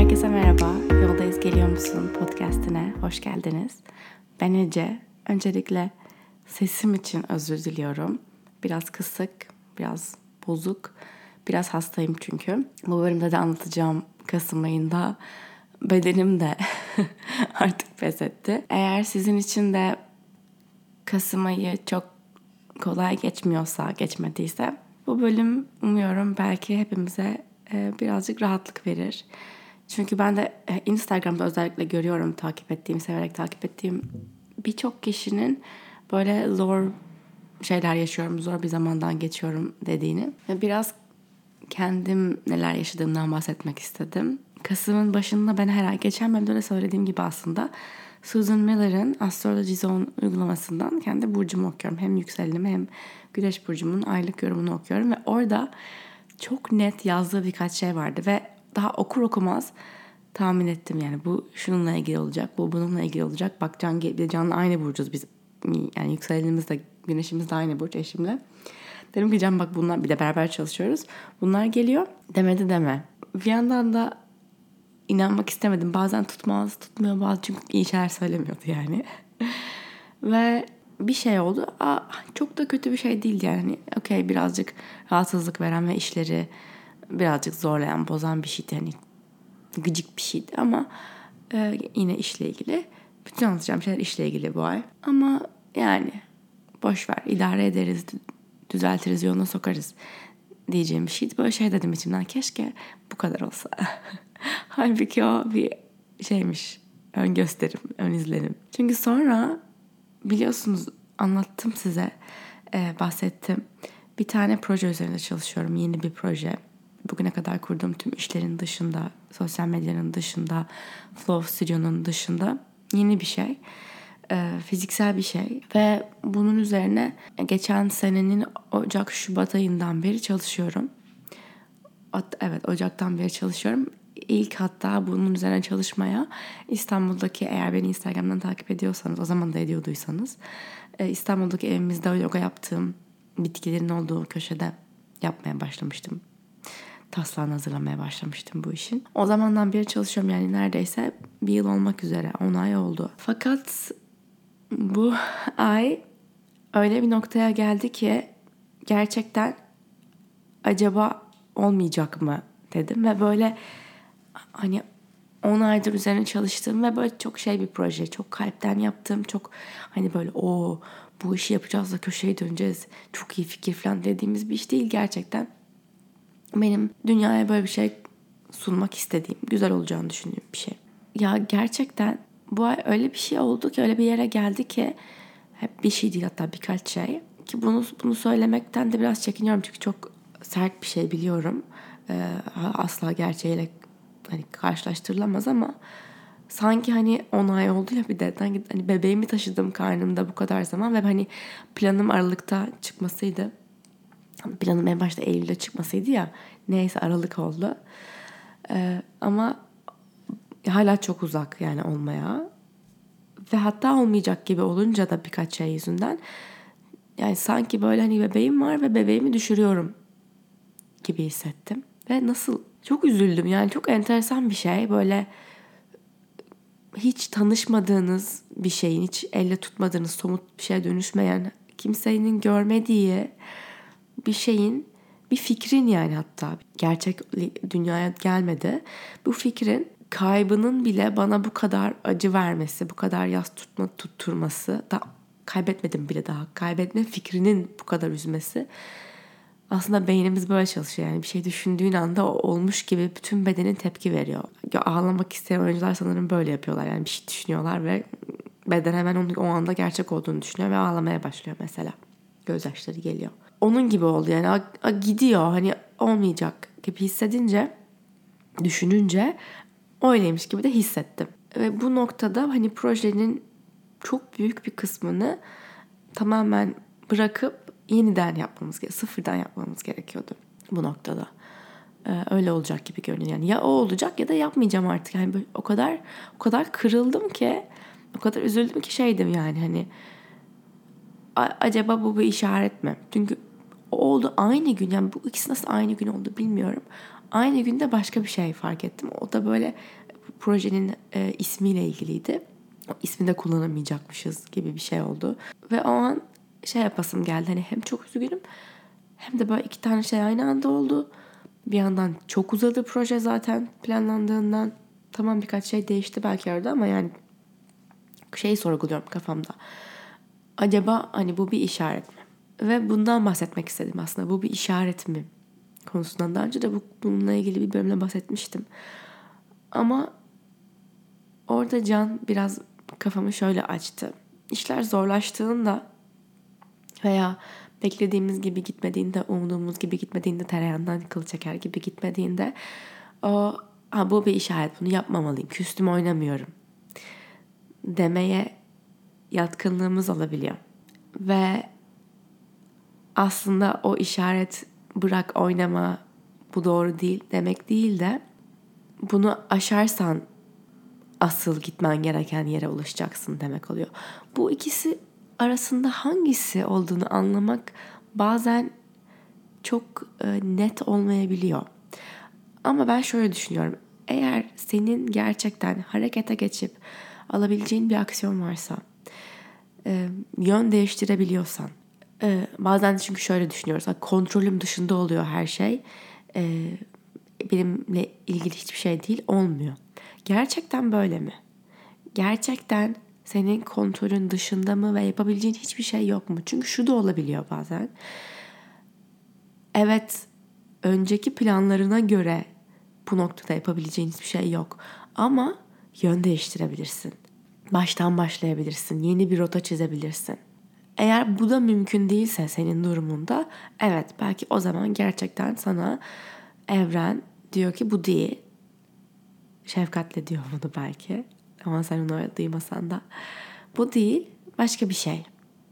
Herkese merhaba, Yoldayız Geliyor Musun podcastine hoş geldiniz. Ben Ece. Öncelikle sesim için özür diliyorum. Biraz kısık, biraz bozuk, biraz hastayım çünkü. Bu bölümde de anlatacağım Kasım ayında bedenim de artık pes etti. Eğer sizin için de Kasım ayı çok kolay geçmediyse bu bölüm umuyorum belki hepimize birazcık rahatlık verir. Çünkü ben de Instagram'da özellikle görüyorum severek takip ettiğim birçok kişinin böyle zor şeyler yaşıyorum, zor bir zamandan geçiyorum dediğini. Ve biraz kendim neler yaşadığımdan bahsetmek istedim. Kasım'ın başında ben geçen bölümde de söylediğim gibi aslında Susan Miller'ın Astrology Zone uygulamasından kendi burcumu okuyorum. Hem yükselenimi hem güneş burcumun aylık yorumunu okuyorum. Ve orada çok net yazdığı birkaç şey vardı. Ve daha okur okumaz tahmin ettim yani. Bu şununla ilgili olacak, bu bununla ilgili olacak. Bak Can'la aynı burcuz biz. Yani yükselenimiz de güneşimiz de aynı burç eşimle. Dedim ki Can bak bunlar bir de beraber çalışıyoruz. Bunlar geliyor. Demedi deme. Bir yandan da inanmak istemedim. Bazen tutmuyor bazı çünkü iyi şeyler söylemiyordu yani. Ve bir şey oldu. Çok da kötü bir şey değildi yani. Okey birazcık rahatsızlık veren ve işleri birazcık zorlayan, bozan bir şeydi. Hani gıcık bir şeydi ama yine işle ilgili. Bütün anlatacağım şeyler işle ilgili bu ay. Ama yani boş ver, idare ederiz, düzeltiriz, yoluna sokarız diyeceğim bir şeydi. Böyle şey dedim içimden, keşke bu kadar olsa. Halbuki o bir şeymiş, ön gösterim, ön izlenim. Çünkü sonra biliyorsunuz anlattım size, bahsettim. Bir tane proje üzerinde çalışıyorum, yeni bir proje. Bugüne kadar kurduğum tüm işlerin dışında, sosyal medyanın dışında, Flow Studio'nun dışında yeni bir şey. Fiziksel bir şey ve bunun üzerine geçen senenin Ocak-Şubat ayından beri çalışıyorum. Evet, Ocak'tan beri çalışıyorum. İlk hatta bunun üzerine çalışmaya İstanbul'daki, eğer beni Instagram'dan takip ediyorsanız, o zaman da ediyorduysanız, İstanbul'daki evimizde yoga yaptığım bitkilerin olduğu köşede yapmaya başlamıştım. Taslağını hazırlamaya başlamıştım bu işin. O zamandan beri çalışıyorum yani neredeyse bir yıl olmak üzere, 10 ay oldu. Fakat bu ay öyle bir noktaya geldi ki gerçekten acaba olmayacak mı dedim ve böyle hani 10 aydır üzerine çalıştığım ve böyle çok bir proje, çok kalpten yaptığım, çok hani böyle bu işi yapacağız da köşeye döneceğiz, çok iyi fikir falan dediğimiz bir iş değil gerçekten. Benim dünyaya böyle bir şey sunmak istediğim, güzel olacağını düşündüğüm bir şey. Ya gerçekten bu ay öyle bir şey oldu ki, öyle bir yere geldi ki, hep bir şey değil hatta birkaç şey ki bunu söylemekten de biraz çekiniyorum çünkü çok sert bir şey biliyorum. Asla gerçeğiyle hani karşılaştırılamaz ama sanki hani 10 ay oldu ya, bir de hani bebeğimi taşıdım karnımda bu kadar zaman ve hani planım Aralık'ta çıkmasıydı. Planım en başta Eylül'de çıkmasıydı ya, neyse Aralık oldu. Ama hala çok uzak yani olmaya ve hatta olmayacak gibi olunca da birkaç şey yüzünden yani sanki böyle hani bebeğim var ve bebeğimi düşürüyorum gibi hissettim ve çok üzüldüm yani. Çok enteresan bir şey, böyle hiç tanışmadığınız bir şeyin, hiç elle tutmadığınız somut bir şeye dönüşmeyen, kimsenin görmediği bir şeyin, bir fikrin yani, hatta gerçek dünyaya gelmedi. Bu fikrin kaybının bile bana bu kadar acı vermesi, bu kadar tutturması, da kaybetmedim bile daha. Kaybetme fikrinin bu kadar üzmesi. Aslında beynimiz böyle çalışıyor yani, bir şey düşündüğün anda olmuş gibi bütün bedenin tepki veriyor. Ağlamak isteyen oyuncular sanırım böyle yapıyorlar yani, bir şey düşünüyorlar ve beden hemen o anda gerçek olduğunu düşünüyor ve ağlamaya başlıyor mesela. Gözyaşları geliyor. Onun gibi oldu yani, gidiyor hani olmayacak gibi hissedince, düşününce öyleymiş gibi de hissettim. Ve bu noktada hani projenin çok büyük bir kısmını tamamen bırakıp yeniden sıfırdan yapmamız gerekiyordu bu noktada. Öyle olacak gibi görünüyor. Yani ya o olacak ya da yapmayacağım artık. Yani o kadar kırıldım ki, o kadar üzüldüm ki yani hani acaba bu bir işaret mi? Çünkü o oldu aynı gün. Yani bu ikisi nasıl aynı gün oldu bilmiyorum. Aynı günde başka bir şey fark ettim. O da böyle projenin ismiyle ilgiliydi. O ismi de kullanamayacakmışız gibi bir şey oldu. Ve o an şey yapasım geldi. Hani hem çok üzgünüm hem de böyle iki tane şey aynı anda oldu. Bir yandan çok uzadı proje zaten planlandığından. Tamam birkaç şey değişti belki arada ama yani şeyi sorguluyorum kafamda. Acaba hani bu bir işaret mi? Ve bundan bahsetmek istedim aslında. Bu bir işaret mi? Konusundan daha önce de bununla ilgili bir bölümde bahsetmiştim. Ama orada Can biraz kafamı şöyle açtı. İşler zorlaştığında veya beklediğimiz gibi gitmediğinde, umduğumuz gibi gitmediğinde, tereyağından kıl çeker gibi gitmediğinde bu bir işaret, bunu yapmamalıyım, küstüm oynamıyorum demeye yatkınlığımız olabiliyor. Ve aslında o işaret bırak oynama, bu doğru değil demek değil de bunu aşarsan asıl gitmen gereken yere ulaşacaksın demek oluyor. Bu ikisi arasında hangisi olduğunu anlamak bazen çok net olmayabiliyor. Ama ben şöyle düşünüyorum. Eğer senin gerçekten harekete geçip alabileceğin bir aksiyon varsa, yön değiştirebiliyorsan, bazen çünkü şöyle düşünüyoruz. Kontrolüm dışında oluyor her şey. Benimle ilgili hiçbir şey değil, olmuyor. Gerçekten böyle mi? Gerçekten senin kontrolün dışında mı ve yapabileceğin hiçbir şey yok mu? Çünkü şu da olabiliyor bazen. Evet, önceki planlarına göre bu noktada yapabileceğin hiçbir şey yok. Ama yön değiştirebilirsin. Baştan başlayabilirsin. Yeni bir rota çizebilirsin. Eğer bu da mümkün değilse senin durumunda, evet belki o zaman gerçekten sana evren diyor ki bu değil. Şefkatle diyor bunu belki. Ama sen onu duymasan da. Bu değil, başka bir şey.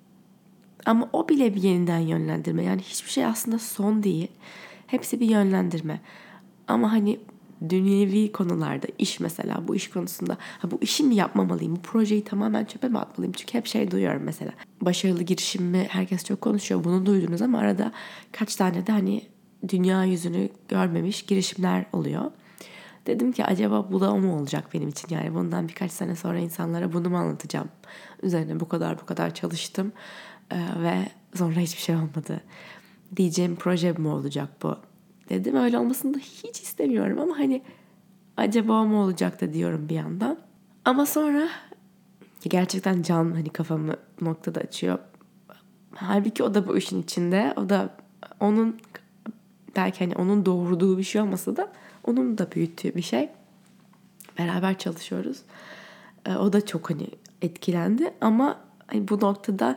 Ama o bile bir yeniden yönlendirme. Yani hiçbir şey aslında son değil. Hepsi bir yönlendirme. Ama hani dünyevi konularda, iş mesela, bu iş konusunda bu işi mi yapmamalıyım, bu projeyi tamamen çöpe mi atmalıyım? Çünkü hep şey duyuyorum mesela. Başarılı girişim mi? Herkes çok konuşuyor. Bunu duydunuz ama arada kaç tane de hani dünya yüzünü görmemiş girişimler oluyor. Dedim ki acaba bu da o mu olacak benim için? Yani bundan birkaç sene sonra insanlara bunu mu anlatacağım? Üzerine bu kadar çalıştım ve sonra hiçbir şey olmadı. Diyeceğim proje mi olacak bu? Dedim öyle olmasını da hiç istemiyorum ama hani acaba o mu olacak da diyorum bir yandan. Ama sonra gerçekten Can hani kafamı noktada açıyor. Halbuki o da bu işin içinde. O da onun belki hani onun doğurduğu bir şey olmasa da onun da büyüttüğü bir şey. Beraber çalışıyoruz. O da çok hani etkilendi ama hani bu noktada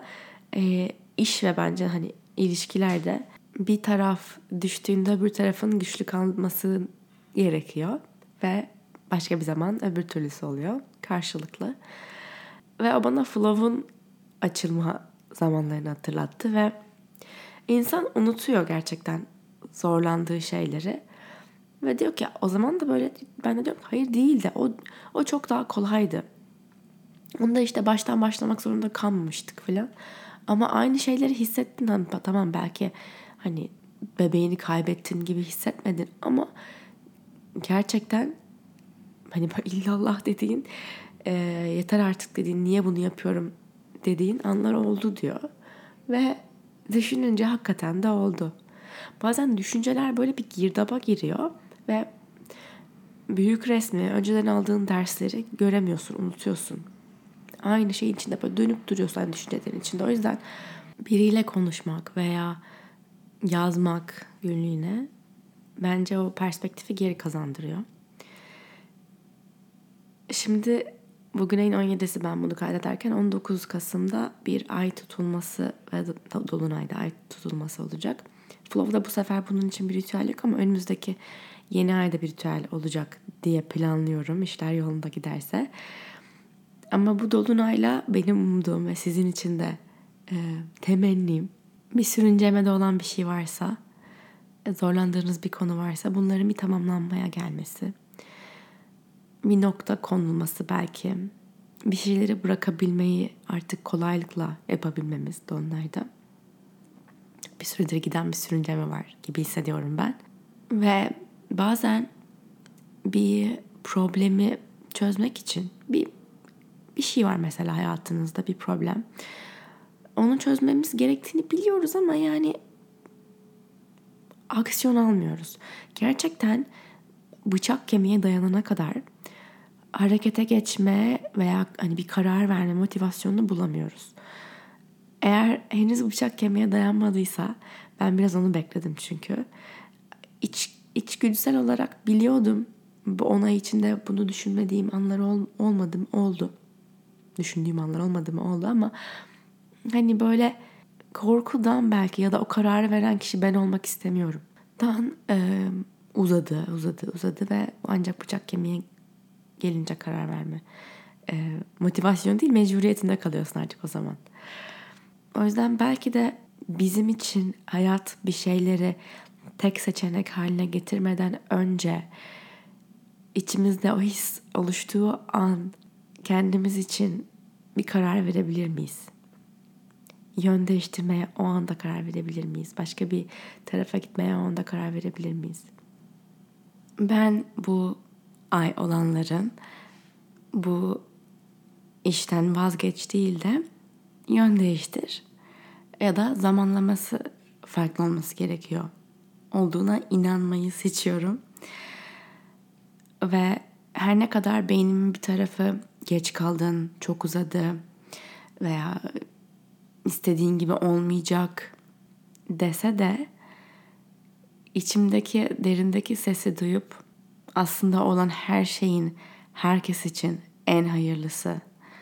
iş ve bence hani ilişkilerde bir taraf düştüğünde öbür tarafın güçlü kalması gerekiyor ve başka bir zaman öbür türlüsü oluyor karşılıklı. Ve o bana flow'un açılma zamanlarını hatırlattı ve insan unutuyor gerçekten zorlandığı şeyleri. Ve diyor ki o zaman da böyle, ben de diyorum hayır değil de o çok daha kolaydı. Onda işte baştan başlamak zorunda kalmamıştık falan. Ama aynı şeyleri hissettin. Tamam belki hani bebeğini kaybettin gibi hissetmedin ama gerçekten hani illallah dediğin yeter artık dediğin, niye bunu yapıyorum dediğin anlar oldu diyor. Ve düşününce hakikaten de oldu. Bazen düşünceler böyle bir girdaba giriyor ve büyük resmi, önceden aldığın dersleri göremiyorsun, unutuyorsun. Aynı şeyin içinde böyle dönüp duruyorsun düşüncelerin içinde. O yüzden biriyle konuşmak veya yazmak günlüğüne bence o perspektifi geri kazandırıyor. Şimdi bugün ayın 17'si, ben bunu kaydederken 19 Kasım'da bir ay tutulması ve dolunayda ay tutulması olacak. Flow'da bu sefer bunun için bir ritüel yok ama önümüzdeki yeni ayda bir ritüel olacak diye planlıyorum, işler yolunda giderse. Ama bu dolunayla benim umduğum ve sizin için de temennim, bir sürüncemede olan bir şey varsa, zorlandığınız bir konu varsa bunların bir tamamlanmaya gelmesi, bir nokta konulması belki, bir şeyleri bırakabilmeyi artık kolaylıkla yapabilmemiz dolunayda. bir süredir giden bir sürünceme var gibi hissediyorum ben. Ve bazen bir problemi çözmek için bir şey var mesela hayatınızda, bir problem. Onu çözmemiz gerektiğini biliyoruz ama yani aksiyon almıyoruz. Gerçekten bıçak kemiğe dayanana kadar harekete geçme veya hani bir karar verme motivasyonunu bulamıyoruz. Eğer henüz bıçak kemiğe dayanmadıysa, ben biraz onu bekledim çünkü. İçgüdüsel olarak biliyordum. Bu onay içinde bunu düşünmediğim anlar oldu. Düşündüğüm anlar olmadı mı oldu ama hani böyle korkudan belki ya da o kararı veren kişi ben olmak istemiyorum. Uzadı ve ancak bıçak kemiğe gelince karar verme. Motivasyon değil, mecburiyetinde kalıyorsun artık o zaman. O yüzden belki de bizim için hayat bir şeyleri tek seçenek haline getirmeden önce içimizde o his oluştuğu an kendimiz için bir karar verebilir miyiz? Yön değiştirmeye o anda karar verebilir miyiz? Başka bir tarafa gitmeye o anda karar verebilir miyiz? Ben bu ay olanların bu işten vazgeç değil de yön değiştir ya da zamanlaması farklı olması gerekiyor olduğuna inanmayı seçiyorum. Ve her ne kadar beynimin bir tarafı geç kaldın, çok uzadı veya istediğin gibi olmayacak dese de içimdeki, derindeki sesi duyup aslında olan her şeyin herkes için en hayırlısı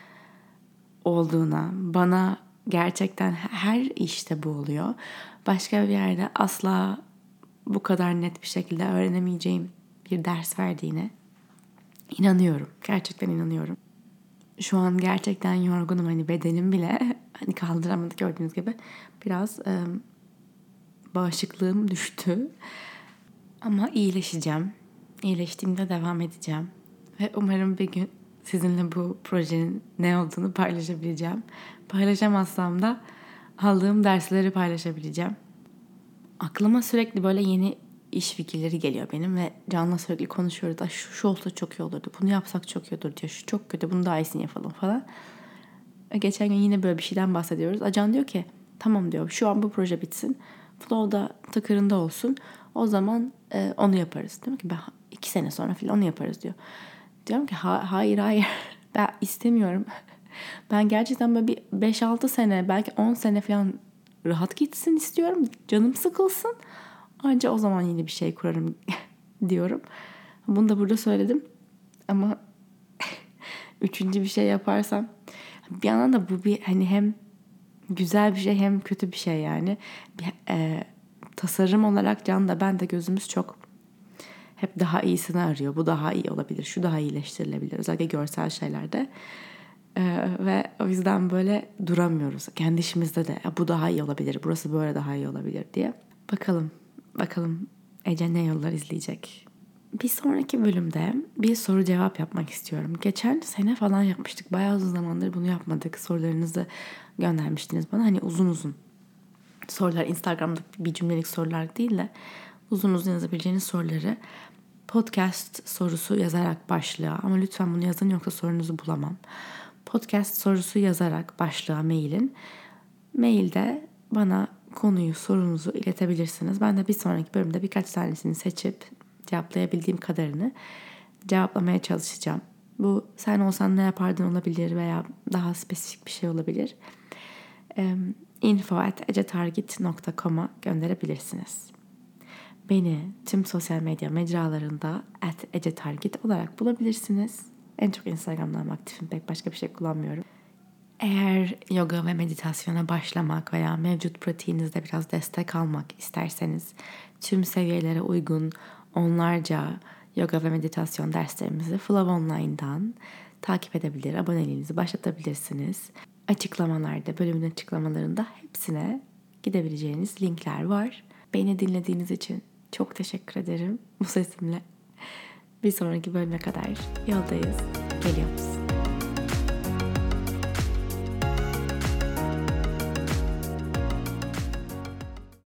olduğuna, bana gerçekten her işte bu oluyor. Başka bir yerde asla bu kadar net bir şekilde öğrenemeyeceğim bir ders verdiğine inanıyorum. Gerçekten inanıyorum. Şu an gerçekten yorgunum. Hani bedenim bile hani kaldıramadı, gördüğünüz gibi. Biraz bağışıklığım düştü. Ama iyileşeceğim. İyileştiğimde devam edeceğim. Ve umarım bir gün sizinle bu projenin ne olduğunu paylaşabileceğim. Paylaşamazsam da aldığım dersleri paylaşabileceğim. Aklıma sürekli böyle yeni iş fikirleri geliyor benim ve Can'la sürekli konuşuyoruz. Şu olsa çok iyi olurdu. Bunu yapsak çok iyi olur diyor. Şu çok kötü. Bunu daha iyisini yapalım falan. Geçen gün yine böyle bir şeyden bahsediyoruz. Can diyor ki tamam diyor, şu an bu proje bitsin. Flow'da tıkırında olsun. O zaman onu yaparız. Diyorum ki ben 2 sene sonra falan onu yaparız diyor. Diyorum ki hayır ben istemiyorum. Ben gerçekten böyle bir 5-6 sene belki 10 sene falan rahat gitsin istiyorum. Canım sıkılsın. Anca o zaman yeni bir şey kurarım diyorum. Bunu da burada söyledim. Ama üçüncü bir şey yaparsam bir yandan da bu bir hani hem güzel bir şey hem kötü bir şey yani. Tasarım olarak Can da ben de gözümüz çok hep daha iyisini arıyor. Bu daha iyi olabilir, şu daha iyileştirilebilir. Özellikle görsel şeylerde. Ve o yüzden böyle duramıyoruz. Kendi işimizde de bu daha iyi olabilir, burası böyle daha iyi olabilir diye. Bakalım Ece ne yollar izleyecek. Bir sonraki bölümde bir soru cevap yapmak istiyorum. Geçen sene falan yapmıştık. Bayağı uzun zamandır bunu yapmadık. Sorularınızı göndermiştiniz bana. Hani uzun sorular, Instagram'da bir cümlelik sorular değil de uzun yazabileceğiniz soruları podcast sorusu yazarak başlığa, ama lütfen bunu yazın yoksa sorunuzu bulamam. Podcast sorusu yazarak başlığa mailin. Mailde bana konuyu, sorunuzu iletebilirsiniz. Ben de bir sonraki bölümde birkaç tanesini seçip cevaplayabildiğim kadarını cevaplamaya çalışacağım. Bu sen olsan ne yapardın olabilir veya daha spesifik bir şey olabilir. info@ecetargit.com'a gönderebilirsiniz. Beni tüm sosyal medya mecralarında @ecetargit olarak bulabilirsiniz. En çok Instagram'dan aktifim. Pek başka bir şey kullanmıyorum. Eğer yoga ve meditasyona başlamak veya mevcut pratiğinizde biraz destek almak isterseniz tüm seviyelere uygun onlarca yoga ve meditasyon derslerimizi Flow Online'dan takip edebilir, aboneliğinizi başlatabilirsiniz. Açıklamalarda, bölümün açıklamalarında hepsine gidebileceğiniz linkler var. Beni dinlediğiniz için çok teşekkür ederim bu sesimle. Bir sonraki bölüme kadar yoldayız, geliyoruz.